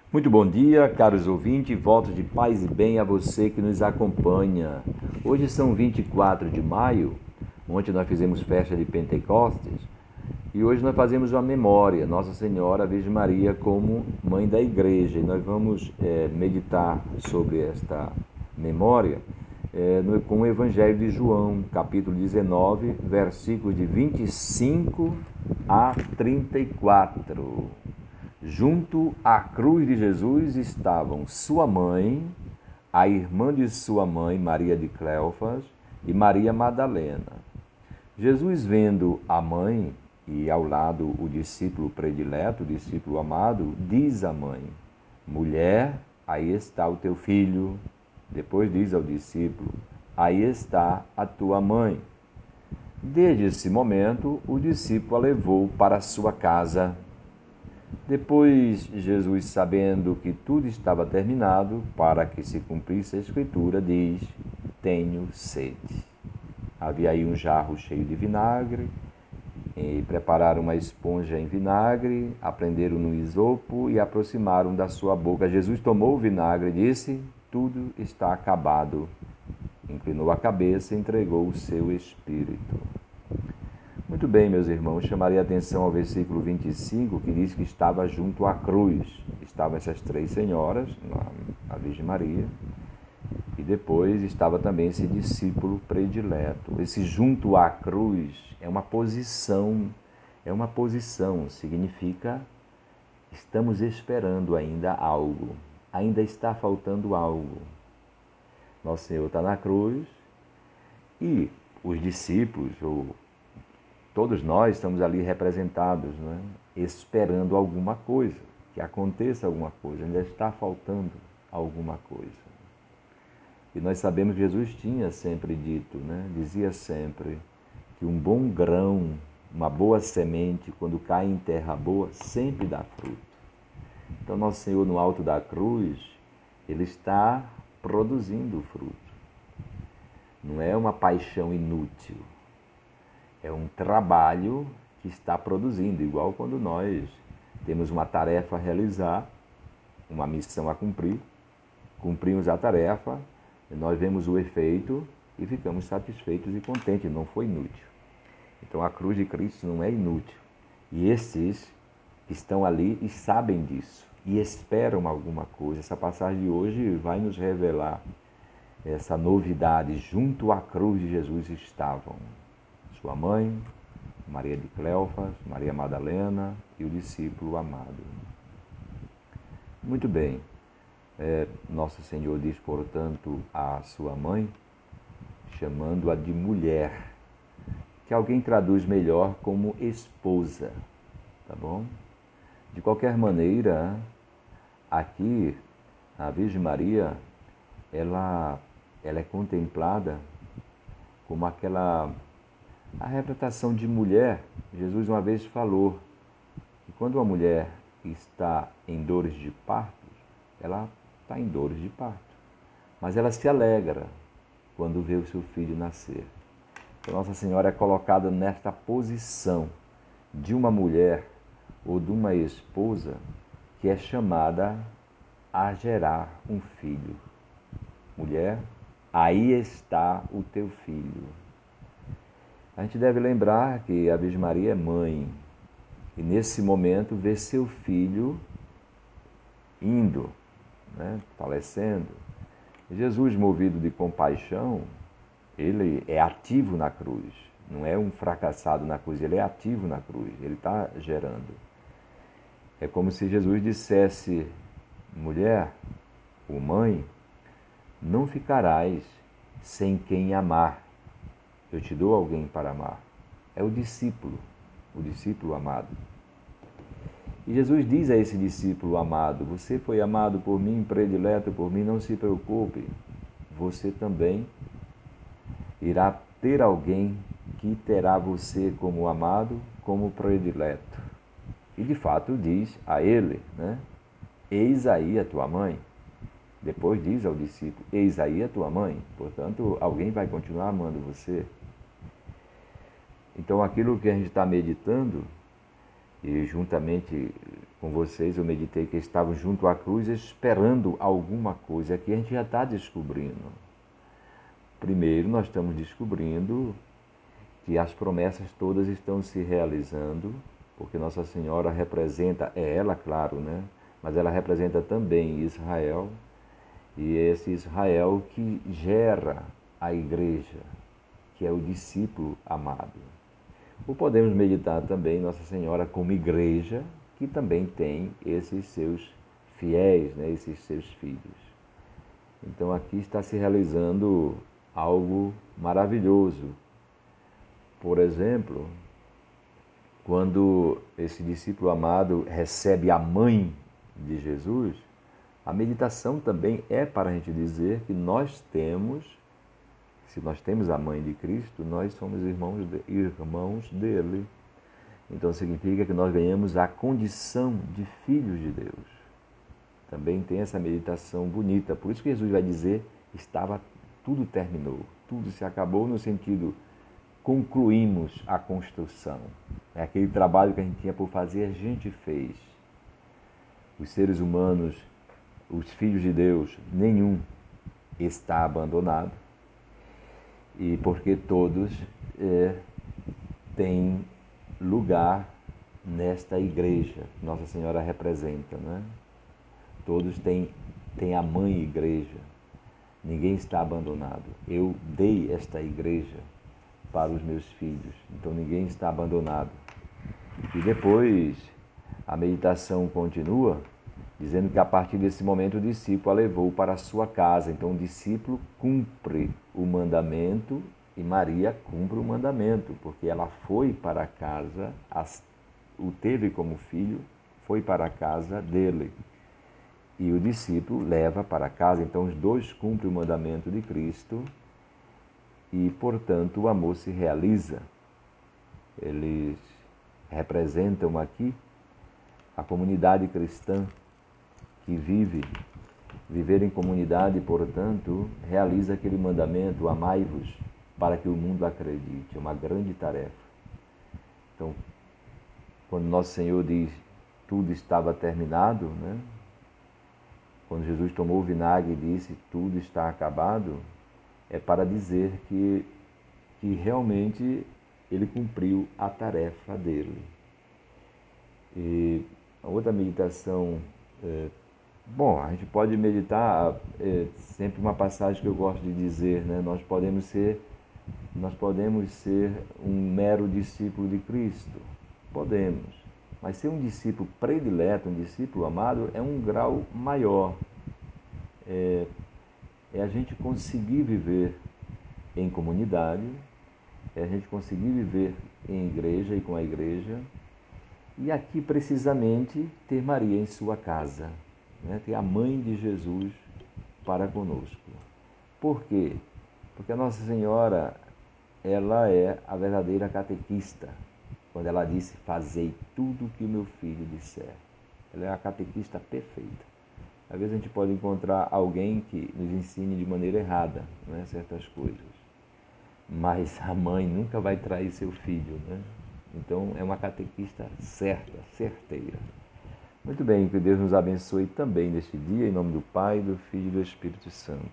Muito bom dia, caros ouvintes, votos de paz e bem a você que nos acompanha. Hoje são 24 de maio, ontem nós fizemos festa de Pentecostes e hoje nós fazemos uma memória, Nossa Senhora Virgem Maria como Mãe da Igreja. E nós vamos meditar sobre esta memória com o Evangelho de João, capítulo 19, versículos de 25 a 34. Junto à cruz de Jesus estavam sua mãe, a irmã de sua mãe, Maria de Cleofas, e Maria Madalena. Jesus, vendo a mãe e ao lado o discípulo predileto, o discípulo amado, diz à mãe: Mulher, aí está o teu filho. Depois diz ao discípulo: Aí está a tua mãe. Desde esse momento, o discípulo a levou para sua casa. Depois, Jesus, sabendo que tudo estava terminado, para que se cumprisse a Escritura, diz: Tenho sede. Havia aí um jarro cheio de vinagre, e prepararam uma esponja em vinagre, a prenderam no isopo e aproximaram da sua boca. Jesus tomou o vinagre e disse: Tudo está acabado. Inclinou a cabeça e entregou o seu espírito. Muito bem, meus irmãos, chamaria a atenção ao versículo 25, que diz que estava junto à cruz. Estavam essas três senhoras, a Virgem Maria, e depois estava também esse discípulo predileto. Esse junto à cruz é uma posição, significa estamos esperando ainda algo, ainda está faltando algo. Nosso Senhor está na cruz e os discípulos, ou todos nós estamos ali representados, né? Esperando alguma coisa, que aconteça alguma coisa, ainda está faltando alguma coisa. E nós sabemos que Jesus tinha sempre dito, né? Dizia sempre que um bom grão, uma boa semente, quando cai em terra boa, sempre dá fruto. Então, nosso Senhor, no alto da cruz, Ele está produzindo fruto. Não é uma paixão inútil. É um trabalho que está produzindo, igual quando nós temos uma tarefa a realizar, uma missão a cumprir, cumprimos a tarefa, nós vemos o efeito e ficamos satisfeitos e contentes, não foi inútil. Então a cruz de Cristo não é inútil. E esses que estão ali e sabem disso e esperam alguma coisa. Essa passagem de hoje vai nos revelar essa novidade. Junto à cruz de Jesus estavam sua mãe, Maria de Cleofas, Maria Madalena e o discípulo amado. Muito bem. Nosso Senhor diz, portanto, à sua mãe, chamando-a de mulher, que alguém traduz melhor como esposa, tá bom? De qualquer maneira, aqui a Virgem Maria, ela é contemplada como a representação de mulher. Jesus uma vez falou que quando uma mulher está em dores de parto, ela está em dores de parto, mas ela se alegra quando vê o seu filho nascer. Então, Nossa Senhora é colocada nesta posição de uma mulher ou de uma esposa que é chamada a gerar um filho. Mulher, aí está o teu filho. A gente deve lembrar que a Virgem Maria é mãe e nesse momento vê seu filho indo, né, falecendo. Jesus, movido de compaixão, ele é ativo na cruz, não é um fracassado na cruz, ele é ativo na cruz, ele está gerando. É como se Jesus dissesse: mulher ou mãe, não ficarás sem quem amar. Eu te dou alguém para amar. É o discípulo amado. E Jesus diz a esse discípulo amado: você foi amado por mim, predileto por mim, não se preocupe. Você também irá ter alguém que terá você como amado, como predileto. E de fato diz a ele, né? Eis aí a tua mãe. Depois diz ao discípulo: eis aí a tua mãe. Portanto, alguém vai continuar amando você. Então, aquilo que a gente está meditando, e juntamente com vocês, eu meditei que estavam junto à cruz esperando alguma coisa. Aqui a gente já está descobrindo. Primeiro, nós estamos descobrindo que as promessas todas estão se realizando, porque Nossa Senhora representa, é ela, claro, né? Mas ela representa também Israel, e esse Israel que gera a igreja, que é o discípulo amado. Ou podemos meditar também Nossa Senhora como igreja, que também tem esses seus fiéis, né? Esses seus filhos. Então aqui está se realizando algo maravilhoso. Por exemplo, quando esse discípulo amado recebe a mãe de Jesus, a meditação também é para a gente dizer que nós temos, se nós temos a mãe de Cristo, nós somos irmãos dele. Então significa que nós ganhamos a condição de filhos de Deus. Também tem essa meditação bonita. Por isso que Jesus vai dizer, tudo terminou, tudo se acabou no sentido, concluímos a construção. É aquele trabalho que a gente tinha por fazer, a gente fez. Os seres humanos, os filhos de Deus, nenhum está abandonado. E porque todos têm lugar nesta igreja, Nossa Senhora representa, né? Todos têm a mãe igreja. Ninguém está abandonado. Eu dei esta igreja para os meus filhos. Então ninguém está abandonado. E depois a meditação continua, dizendo que a partir desse momento o discípulo a levou para a sua casa. Então o discípulo cumpre o mandamento e Maria cumpre o mandamento, porque ela foi para a casa, o teve como filho, foi para a casa dele. E o discípulo leva para casa. Então os dois cumprem o mandamento de Cristo e, portanto, o amor se realiza. Eles representam aqui a comunidade cristã que viver em comunidade, portanto, realiza aquele mandamento, amai-vos, para que o mundo acredite. É uma grande tarefa. Então, quando Nosso Senhor diz tudo estava terminado, né? Quando Jesus tomou o vinagre e disse tudo está acabado, é para dizer que realmente ele cumpriu a tarefa dele. E a outra meditação, a gente pode meditar, sempre uma passagem que eu gosto de dizer, né? Nós podemos ser um mero discípulo de Cristo, podemos, mas ser um discípulo predileto, um discípulo amado, é um grau maior. É a gente conseguir viver em comunidade, é a gente conseguir viver em igreja e com a igreja, e aqui precisamente ter Maria em sua casa, né? Ter a mãe de Jesus para conosco. Por quê? Porque a Nossa Senhora, ela é a verdadeira catequista. Quando ela disse, fazei tudo o que o meu filho disser. Ela é a catequista perfeita. Às vezes a gente pode encontrar alguém que nos ensine de maneira errada, né, certas coisas. Mas a mãe nunca vai trair seu filho, né? Então é uma catequista certa, certeira. Muito bem, que Deus nos abençoe também neste dia, em nome do Pai, do Filho e do Espírito Santo.